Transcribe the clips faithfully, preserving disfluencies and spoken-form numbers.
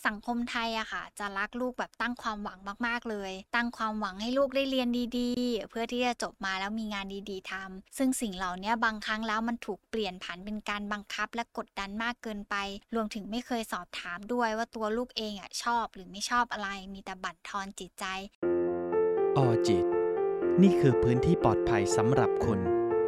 สังคมไทยอะค่ะจะรักลูกแบบตั้งความหวังมากๆเลยตั้งความหวังให้ลูกได้เรียนดีๆเพื่อที่จะจบมาแล้วมีงานดีๆทำซึ่งสิ่งเหล่านี้บางครั้งแล้วมันถูกเปลี่ยนผันเป็นการบังคับและกดดันมากเกินไปรวมถึงไม่เคยสอบถามด้วยว่าตัวลูกเองอะชอบหรือไม่ชอบอะไรมีแต่บั่นทอนจิตใจออจิตนี่คือพื้นที่ปลอดภัยสำหรับคุณ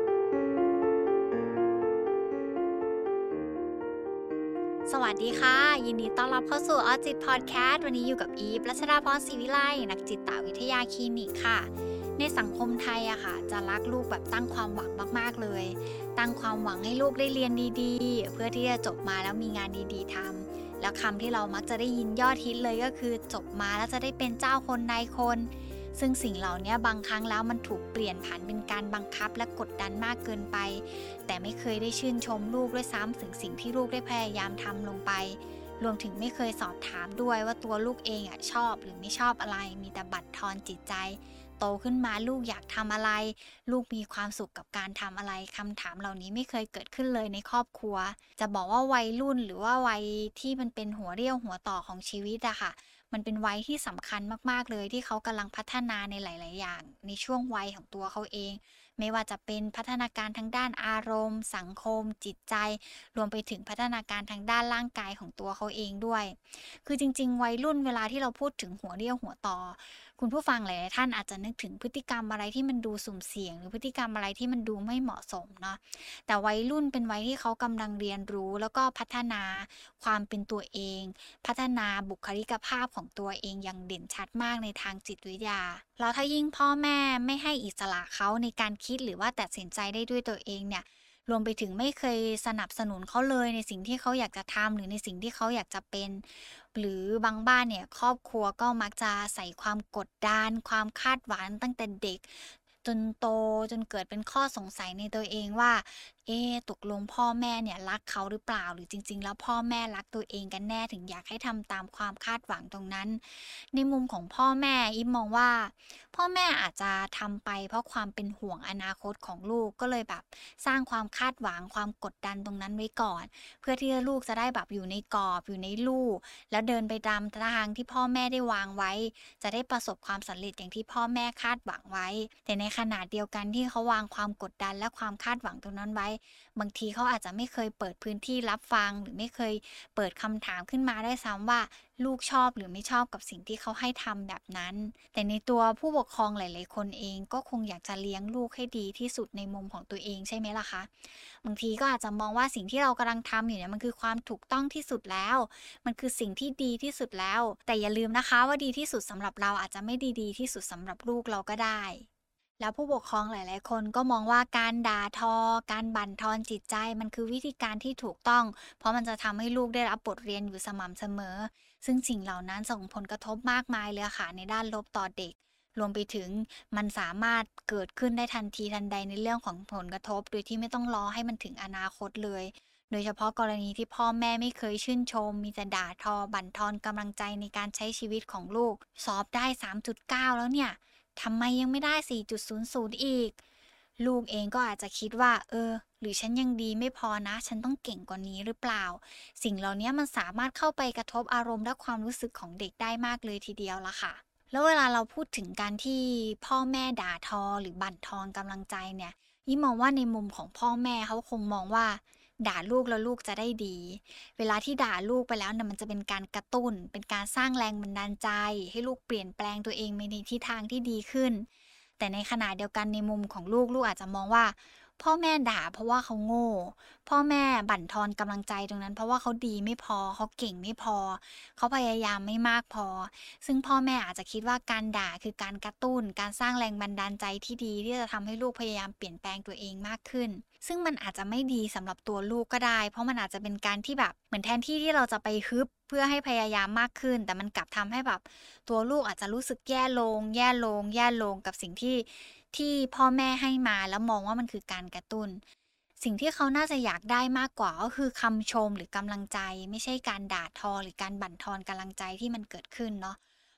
สวัสดีค่ะยินดีต้อนรับเข้าสู่ออจิตพอดแคสต์วันนี้อยู่กับอีฟรัชดาพรศรีวิไลนักจิตวิทยาคลินิกค่ะในสังคมไทยอะค่ะจะรักลูกแบบตั้งความหวังมากๆเลยตั้งความหวังให้ลูกได้เรียนดีๆเพื่อที่จะจบมาแล้วมีงานดีๆทำแล้วคำที่เรามักจะได้ยินยอดฮิตเลยก็คือจบมาแล้วจะได้เป็นเจ้าคนนายคนซึ่งสิ่งเหล่านี้บางครั้งแล้วมันถูกเปลี่ยนผันเป็นการบังคับและกดดันมากเกินไปแต่ไม่เคยได้ชื่นชมลูกด้วยซ้ำถึงสิ่งที่ลูกได้พยายามทำลงไปรวมถึงไม่เคยสอบถามด้วยว่าตัวลูกเองอะชอบหรือไม่ชอบอะไรมีแต่บั่นทอนจิตใจโตขึ้นมาลูกอยากทำอะไรลูกมีความสุขกับการทำอะไรคำถามเหล่านี้ไม่เคยเกิดขึ้นเลยในครอบครัวจะบอกว่าวัยรุ่นหรือว่าวัยที่มันเป็นหัวเรี่ยวหัวต่อของชีวิตอะค่ะมันเป็นวัยที่สำคัญมากๆเลยที่เขากำลังพัฒนาในหลายๆอย่างในช่วงวัยของตัวเขาเองไม่ว่าจะเป็นพัฒนาการทางด้านอารมณ์สังคมจิตใจรวมไปถึงพัฒนาการทางด้านร่างกายของตัวเขาเองด้วยคือจริงๆวัยรุ่นเวลาที่เราพูดถึงหัวเรี่ยวหัวต่อคุณผู้ฟังหลายๆท่านอาจจะนึกถึงพฤติกรรมอะไรที่มันดูสุ่มเสี่ยงหรือพฤติกรรมอะไรที่มันดูไม่เหมาะสมเนาะแต่วัยรุ่นเป็นวัยที่เขากำลังเรียนรู้แล้วก็พัฒนาความเป็นตัวเองพัฒนาบุคลิกภาพของตัวเองอย่างเด่นชัดมากในทางจิตวิทยาแล้วถ้ายิ่งพ่อแม่ไม่ให้อิสระเขาในการคิดหรือว่าตัดสินใจได้ด้วยตัวเองเนี่ยรวมไปถึงไม่เคยสนับสนุนเขาเลยในสิ่งที่เขาอยากจะทำหรือในสิ่งที่เขาอยากจะเป็นหรือบางบ้านเนี่ยครอบครัวก็มักจะใส่ความกดดันความคาดหวังตั้งแต่เด็กจนโตจนเกิดเป็นข้อสงสัยในตัวเองว่าเอ๊ะตกลงพ่อแม่เนี่ยรักเขาหรือเปล่าหรือจริงๆแล้วพ่อแม่รักตัวเองกันแน่ถึงอยากให้ทำตามความคาดหวังตรงนั้นในมุมของพ่อแม่อิ๊มมองว่าพ่อแม่อาจจะทำไปเพราะความเป็นห่วงอนาคตของลูกก็เลยแบบสร้างความคาดหวังความกดดันตรงนั้นไว้ก่อนเพื่อที่ลูกจะได้แบบอยู่ในกรอบอยู่ในลู่แล้วเดินไปตามทางที่พ่อแม่ได้วางไว้จะได้ประสบความสำเร็จอย่างที่พ่อแม่คาดหวังไว้แต่ในขณะเดียวกันที่เขาวางความกดดันและความคาดหวังตรงนั้นไว้บางทีเขาอาจจะไม่เคยเปิดพื้นที่รับฟังหรือไม่เคยเปิดคำถามขึ้นมาด้วยซ้ำว่าลูกชอบหรือไม่ชอบกับสิ่งที่เขาให้ทำแบบนั้นแต่ในตัวผู้ปกครองหลายๆคนเองก็คงอยากจะเลี้ยงลูกให้ดีที่สุดในมุมของตัวเองใช่ไหมล่ะคะบางทีก็อาจจะมองว่าสิ่งที่เรากำลังทำอยู่เนี่ยมันคือความถูกต้องที่สุดแล้วมันคือสิ่งที่ดีที่สุดแล้วแต่อย่าลืมนะคะว่าดีที่สุดสำหรับเราอาจจะไม่ดีดีที่สุดสำหรับลูกเราก็ได้แล้วผู้ปกครองหลายๆคนก็มองว่าการด่าทอการบั่นทอนจิตใจมันคือวิธีการที่ถูกต้องเพราะมันจะทำให้ลูกได้รับบทเรียนอยู่สม่ำเสมอซึ่งสิ่งเหล่านั้นส่งผลกระทบมากมายเลยค่ะในด้านลบต่อเด็กรวมไปถึงมันสามารถเกิดขึ้นได้ทันทีทันใดในเรื่องของผลกระทบโดยที่ไม่ต้องรอให้มันถึงอนาคตเลยโดยเฉพาะกรณีที่พ่อแม่ไม่เคยชื่นชมมีแต่ด่าทอบั่นทอนกำลังใจในการใช้ชีวิตของลูกสอบได้ สามจุดเก้า แล้วเนี่ย ทำไมยังไม่ได้ สี่จุดศูนย์ศูนย์ อีก ลูกเองก็อาจจะคิดว่าเออหรือฉันยังดีไม่พอนะ ฉันต้องเก่งกว่านี้หรือเปล่า สิ่งเหล่านี้มันสามารถเข้าไปกระทบอารมณ์และความรู้สึกของเด็กได้มากเลยทีเดียวละค่ะ แล้วเวลาเราพูดถึงการที่พ่อแม่ด่าทอหรือบั่นทอนกำลังใจเนี่ยยิ่งมองว่าในมุมของพ่อแม่เขาคงมองว่าด่าลูกแล้วลูกจะได้ดี เวลาที่ด่าลูกไปแล้วเนี่ยมันจะเป็นการกระตุ้นเป็นการสร้างแรงบันดาลใจให้ลูกเปลี่ยนแปลงตัวเองไปในทิศทางที่ดีขึ้นแต่ในขณะเดียวกันในมุมของลูกลูกอาจจะมองว่าพ่อแม่ด่าเพราะว่าเขาโง่พ่อแม่บั่นทอนกำลังใจตรงนั้นเพราะว่าเขาดีไม่พอเขาเก่งไม่พอเขาพยายามไม่มากพอซึ่งพ่อแม่อาจจะคิดว่าการด่าคือการกระตุ้นการสร้างแรงบันดาลใจที่ดีที่จะทำให้ลูกพยายามเปลี่ยนแปลงตัวเองมากขึ้น ซึ่งมันอาจจะไม่ดีสำหรับตัวลูกก็ได้ เพราะมันอาจจะเป็นการที่แบบเหมือนแทนที่ที่เราจะไปฮึบเพื่อให้พยายามมากขึ้น แต่มันกลับทำให้แบบตัวลูกอาจจะรู้สึกแย่ลงแย่ลงแย่ลงกับสิ่งที่ที่พ่อแม่ให้มาแล้วมองว่ามันคือการกระตุ้นสิ่งที่เขาน่าจะอยากได้มากกว่าก็คือคำชมหรือกำลังใจไม่ใช่การด่าทอหรือการบั่นทอนกำลังใจที่มันเกิดขึ้นเนาะ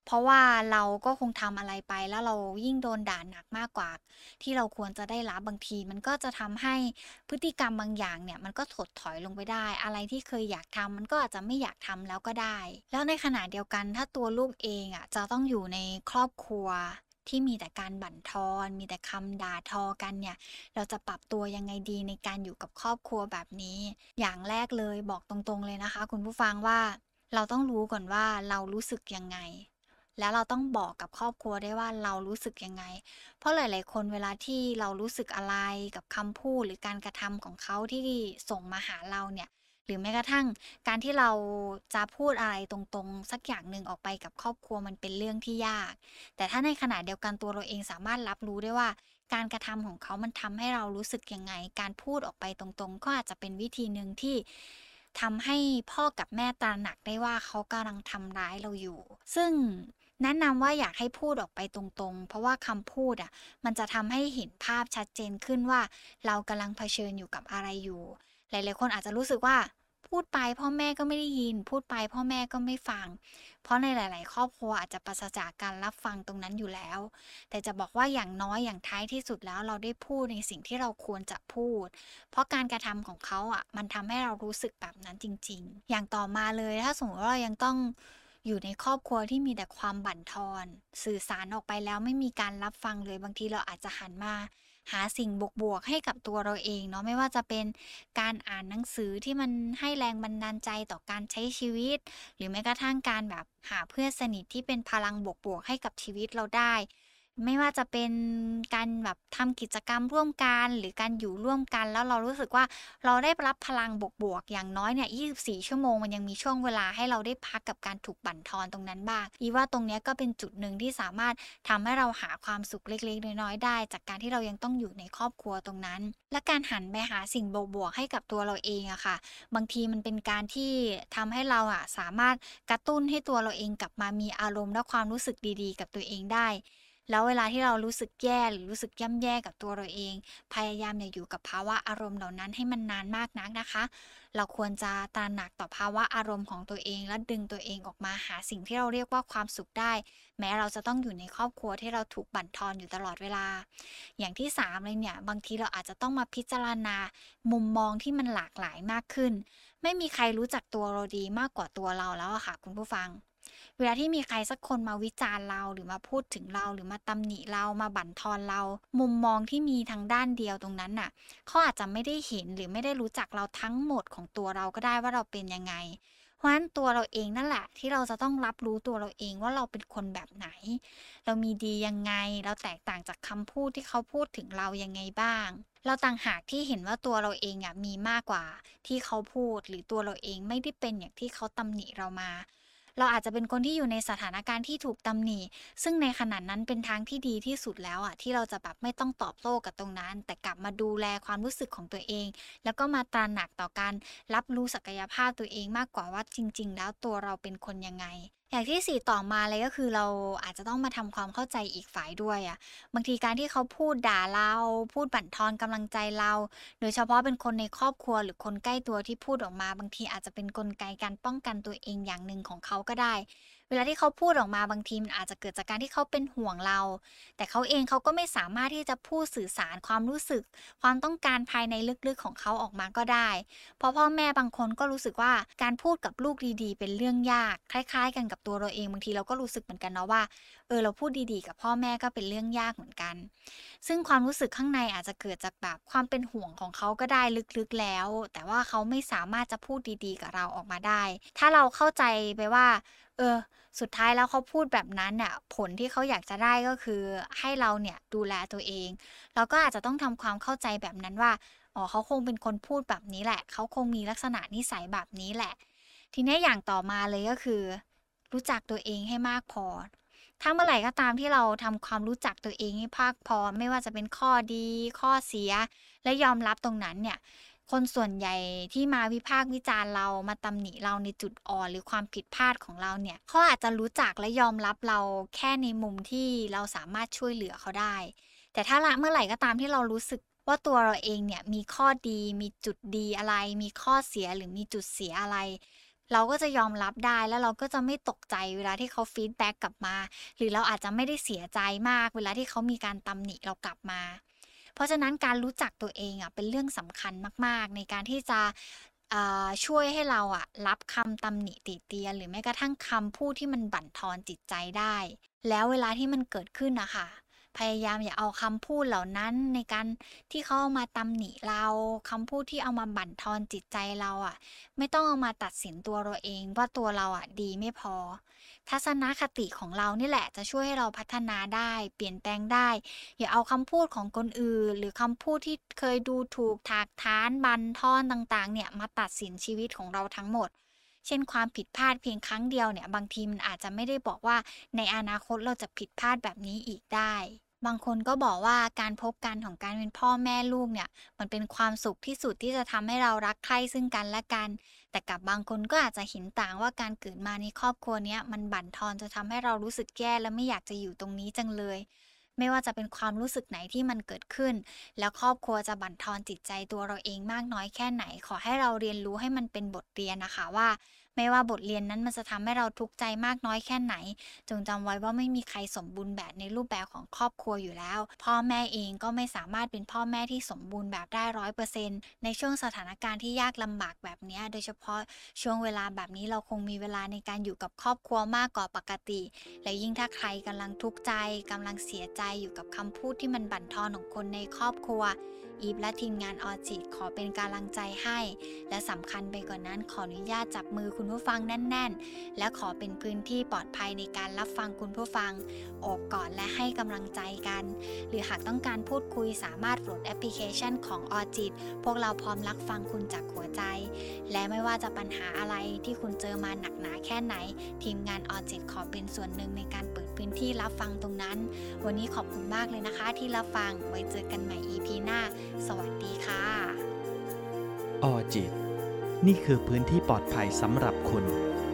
เพราะว่าเราก็คงทำอะไรไปแล้วเรายิ่งโดนด่าหนักมากกว่าที่เราควรจะได้รับบางทีมันก็จะทำให้พฤติกรรมบางอย่างเนี่ยมันก็ถดถอยลงไปได้อะไรที่เคยอยากทำมันก็อาจจะไม่อยากทำแล้วก็ได้แล้วในขณะเดียวกันถ้าตัวลูกเองอ่ะจะต้องอยู่ในครอบครัวที่มีแต่การบั่นทอนมีแต่คำด่าทอกันเนี่ยเราจะปรับตัวยังไงดีในการอยู่กับครอบครัวแบบนี้อย่างแรกเลยบอกตรงๆเลยนะคะคุณผู้ฟังว่าเราต้องรู้ก่อนว่าเรารู้สึกยังไง แล้วเราต้องบอกกับครอบครัวได้ว่าเรารู้สึกยังไง เพราะหลายๆคนเวลาที่เรารู้สึกอะไรกับคำพูดหรือการกระทำของเขาที่ส่งมาหาเราเนี่ยหรือแม้กระทั่งการที่เราจะพูดอะไรตรงๆสักอย่างหนึ่งออกไปกับครอบครัวมันเป็นเรื่องที่ยากแต่ถ้าในขณะเดียวกันตัวเราเองสามารถรับรู้ได้ว่าการกระทำของเขามันทำให้เรารู้สึกยังไงการพูดออกไปตรงๆก็อาจจะเป็นวิธีหนึ่งที่ทำให้พ่อกับแม่ตระหนักได้ว่าเขากำลังทำร้ายเราอยู่ซึ่ง แนะนำว่าอยากให้พูดออกไปตรงๆ เพราะว่าคำพูดอะมันจะทำให้เห็นภาพชัดเจนขึ้นว่าเรากำลังเผชิญอยู่กับอะไรอยู่ หลายๆคนอาจจะรู้สึกว่าพูดไปพ่อแม่ก็ไม่ได้ยินพูดไปพ่อแม่ก็ไม่ฟัง เพราะในหลายๆครอบครัวอาจจะปราศจากการรับฟังตรงนั้นอยู่แล้ว แต่จะบอกว่าอย่างน้อยอย่างท้ายที่สุดแล้วเราได้พูดในสิ่งที่เราควรจะพูด เพราะการกระทำของเขาอะมันทำให้เรารู้สึกแบบนั้นจริงๆ อย่างต่อมาเลยถ้าสมมติว่าเรายังต้อง อยู่ในครอบครัวที่มีแต่ความบั่นทอนสื่อสารออกไปแล้วไม่มีการรับฟังเลยบางทีเราอาจจะหันมาหาสิ่งบวกๆให้กับตัวเราเองเนาะไม่ว่าจะเป็นการอ่านหนังสือที่มันให้แรงบันดาลใจต่อการใช้ชีวิตหรือแม้กระทั่งการแบบหาเพื่อนสนิทที่เป็นพลังบวกๆให้กับชีวิตเราได้ไม่ว่าจะเป็นการแบบทำกิจกรรมร่วมกันหรือการอยู่ร่วมกันแล้วเรารู้สึกว่าเราได้รับพลังบวกๆอย่างน้อยเนี่ยยี่สิบสี่ชั่วโมงมันยังมีช่วงเวลาให้เราได้พักกับการถูกบั่นทอนตรงนั้นบ้างอีว่าตรงเนี้ยก็เป็นจุดหนึ่งที่สามารถทำให้เราหาความสุขเล็กๆน้อยๆได้จากการที่เรายังต้องอยู่ในครอบครัวตรงนั้นและการหันไปหาสิ่งบวกๆให้กับตัวเราเองอะค่ะบางทีมันเป็นการที่ทำให้เราอะสามารถกระตุ้นให้ตัวเราเองกลับมามีอารมณ์และความรู้สึกดีๆกับตัวเองได้ แล้วเวลาที่เรารู้สึกแย่หรือรู้สึกย่ำแย่กับตัวเราเองพยายามอย่าอยู่กับภาวะอารมณ์เหล่านั้นให้มันนานมากนักนะคะเราควรจะตระหนักต่อภาวะอารมณ์ของตัวเองและดึงตัวเองออกมาหาสิ่งที่เราเรียกว่าความสุขได้แม้เราจะต้องอยู่ในครอบครัวที่เราถูกบั่นทอนอยู่ตลอดเวลาอย่างที่สามเลยเนี่ยบางทีเราอาจจะต้องมาพิจารณามุมมองที่มันหลากหลายมากขึ้นไม่มีใครรู้จักตัวเราดีมากกว่าตัวเราแล้วอะค่ะคุณผู้ฟัง เวลาที่มีใครสักคนมาวิจารณ์เราหรือมาพูดถึงเราหรือมาตำหนิเรามาบั่นทอนเรามุมมองที่มีทางด้านเดียวตรงนั้นน่ะเขาอาจจะไม่ได้เห็นหรือไม่ได้รู้จักเราทั้งหมดของตัวเราก็ได้ว่าเราเป็นยังไงเพราะฉะนั้นตัวเราเองนั่นแหละที่เราจะต้องรับรู้ตัวเราเองว่าเราเป็นคนแบบไหนเรามีดียังไงเราแตกต่างจากคำพูดที่เขาพูดถึงเรายังไงบ้างเราต่างหากที่เห็นว่าตัวเราเองอ่ะมีมากกว่าที่เขาพูดหรือตัวเราเองไม่ได้เป็นอย่างที่เขาตำหนิเรามา เราอาจจะเป็นคนที่อยู่ในสถานการณ์ที่ถูกตำหนิซึ่งในขณะนั้นเป็นทางที่ดีที่สุดแล้วอะที่เราจะแบบไม่ต้องตอบโต้กับตรงนั้นแต่กลับมาดูแลความรู้สึกของตัวเองแล้วก็มาตระหนักต่อการรับรู้ศักยภาพตัวเองมากกว่าว่าจริงๆแล้วตัวเราเป็นคนยังไงอย่างที่สี่ต่อมาเลยก็คือเราอาจจะต้องมาทำความเข้าใจอีกฝ่ายด้วยอะบางทีการที่เขาพูดด่าเราพูดบั่นทอนกำลังใจเราโดยเฉพาะเป็นคนในครอบครัวหรือคนใกล้ตัวที่พูดออกมาบางทีอาจจะเป็นกลไกการป้องกันตัวเองอย่างหนึ่งของเขาก็ได้ เวลาที่เขาพูดออกมาบางทีมันอาจจะเกิดจากการที่เขาเป็นห่วงเรา แต่เขาเองเขาก็ไม่สามารถที่จะพูดสื่อสารความรู้สึกความต้องการภายในลึกๆของเขาออกมาก็ได้ เพราะพ่อแม่บางคนก็รู้สึกว่าการพูดกับลูกดีๆเป็นเรื่องยากคล้ายๆกันกับตัวเราเองบางทีเราก็รู้สึกเหมือนกันเนาะว่าเออเราพูดดีๆกับพ่อแม่ก็เป็นเรื่องยากเหมือนกัน ซึ่งความรู้สึกข้างในอาจจะเกิดจากแบบความเป็นห่วงของเขาก็ได้ลึกๆแล้วแต่ว่าเขาไม่สามารถจะพูดดีๆกับเราออกมาได้ถ้าเราเข้าใจไปว่าเออสุดท้ายแล้วเขาพูดแบบนั้นน่ะผลที่เขาอยากจะได้ก็คือให้เราเนี่ยดูแลตัวเองเราก็อาจจะต้องทำความเข้าใจแบบนั้นว่าอ๋อเขาคงเป็นคนพูดแบบนี้แหละเขาคงมีลักษณะนิสัยแบบนี้แหละทีนี้อย่างต่อมาเลยก็คือรู้จักตัวเองให้มากพอ ถ้าเมื่อไหร่ก็ตามที่เราทำความรู้จักตัวเองให้ภาคพอไม่ว่าจะเป็นข้อดีข้อเสียและยอมรับตรงนั้นเนี่ยคนส่วนใหญ่ที่มาวิพากษ์วิจารณ์เรามาตำหนิเราในจุดอ่อนหรือความผิดพลาดของเราเนี่ยเขาอาจจะรู้จักและยอมรับเราแค่ในมุมที่เราสามารถช่วยเหลือเขาได้แต่ถ้าละเมื่อไหร่ก็ตามที่เรารู้สึกว่าตัวเราเองเนี่ยมีข้อดีมีจุดดีอะไรมีข้อเสียหรือมีจุดเสียอะไรเราก็จะยอมรับได้แล้วเราก็จะไม่ตกใจเวลาที่เขาฟีดแบ็กกลับมาหรือเราอาจจะไม่ได้เสียใจมากเวลาที่เขามีการตำหนิเรากลับมาเพราะฉะนั้นการรู้จักตัวเองอะเป็นเรื่องสำคัญมากๆในการที่จะอ่าช่วยให้เราอะรับคำตำหนิติเตียนหรือแม้กระทั่งคำพูดที่มันบั่นทอนจิตใจได้แล้วเวลาที่มันเกิดขึ้นน่ะค่ะพยายามอย่าเอาคำพูดเหล่านั้นในการที่เขาเอามาตำหนิเราคำพูดที่เอามาบั่นทอนจิตใจเราอะไม่ต้องเอามาตัดสินตัวเราเองว่าตัวเราอะดีไม่พอทัศนคติของเรานี่แหละจะช่วยให้เราพัฒนาได้เปลี่ยนแปลงได้อย่าเอาคำพูดของคนอื่นหรือคำพูดที่เคยดูถูกถากถางบั่นทอนต่างๆเนี่ยมาตัดสินชีวิตของเราทั้งหมดเช่นความผิดพลาดเพียงครั้งเดียวเนี่ยบางทีมันอาจจะไม่ได้บอกว่าในอนาคตเราจะผิดพลาดแบบนี้อีกได้บางคนก็บอกว่าการพบกันของการเป็นพ่อแม่ลูกเนี่ยมันเป็นความสุขที่สุดที่จะทำให้เรารักใคร่ซึ่งกันและกันแต่กับบางคนก็อาจจะเห็นต่างว่าการเกิดมาในครอบครัวเนี้ยมันบั่นทอนจะทำให้เรารู้สึกแย่และไม่อยากจะอยู่ตรงนี้จังเลยไม่ว่าจะเป็นความรู้สึกไหนที่มันเกิดขึ้นแล้วครอบครัวจะบั่นทอนจิตใจตัวเราเองมากน้อยแค่ไหนขอให้เราเรียนรู้ให้มันเป็นบทเรียนนะคะว่าไม่ว่าบทเรียนนั้นมันจะทำให้เราทุกข์ใจมากน้อยแค่ไหนจงจำไว้ว่าไม่มีใครสมบูรณ์แบบในรูปแบบของครอบครัวอยู่แล้วพ่อแม่เองก็ไม่สามารถเป็นพ่อแม่ที่สมบูรณ์แบบได้ร้อยเปอร์เซ็นต์ในช่วงสถานการณ์ที่ยากลำบากแบบนี้โดยเฉพาะช่วงเวลาแบบนี้เราคงมีเวลาในการอยู่กับครอบครัวมากกว่าปกติและยิ่งถ้าใครกำลังทุกข์ใจกำลังเสียใจอยู่กับคำพูดที่มันบั่นทอนของคนในครอบครัวอีฟและทีมงานออจิตขอเป็นกำลังใจให้และสำคัญไปกว่านั้นขออนุญาตจับมือคุณผู้ฟังแน่นๆและขอเป็นพื้นที่ปลอดภัยในการรับฟังคุณผู้ฟังโอบกอดและให้กำลังใจกันหรือหากต้องการพูดคุยสามารถโหลดแอปพลิเคชันของออจิตพวกเราพร้อมรับฟังคุณจากหัวใจและไม่ว่าจะปัญหาอะไรที่คุณเจอมาหนักหนาแค่ไหนทีมงานออจิตขอเป็นส่วนหนึ่งในการเปิดพื้นที่รับฟังตรงนั้นวันนี้ขอบคุณมากเลยนะคะที่รับฟังไว้เจอกันใหม่ อี พี หน้าสวัสดีค่ะออจิตนี่คือพื้นที่ปลอดภัยสำหรับคุณ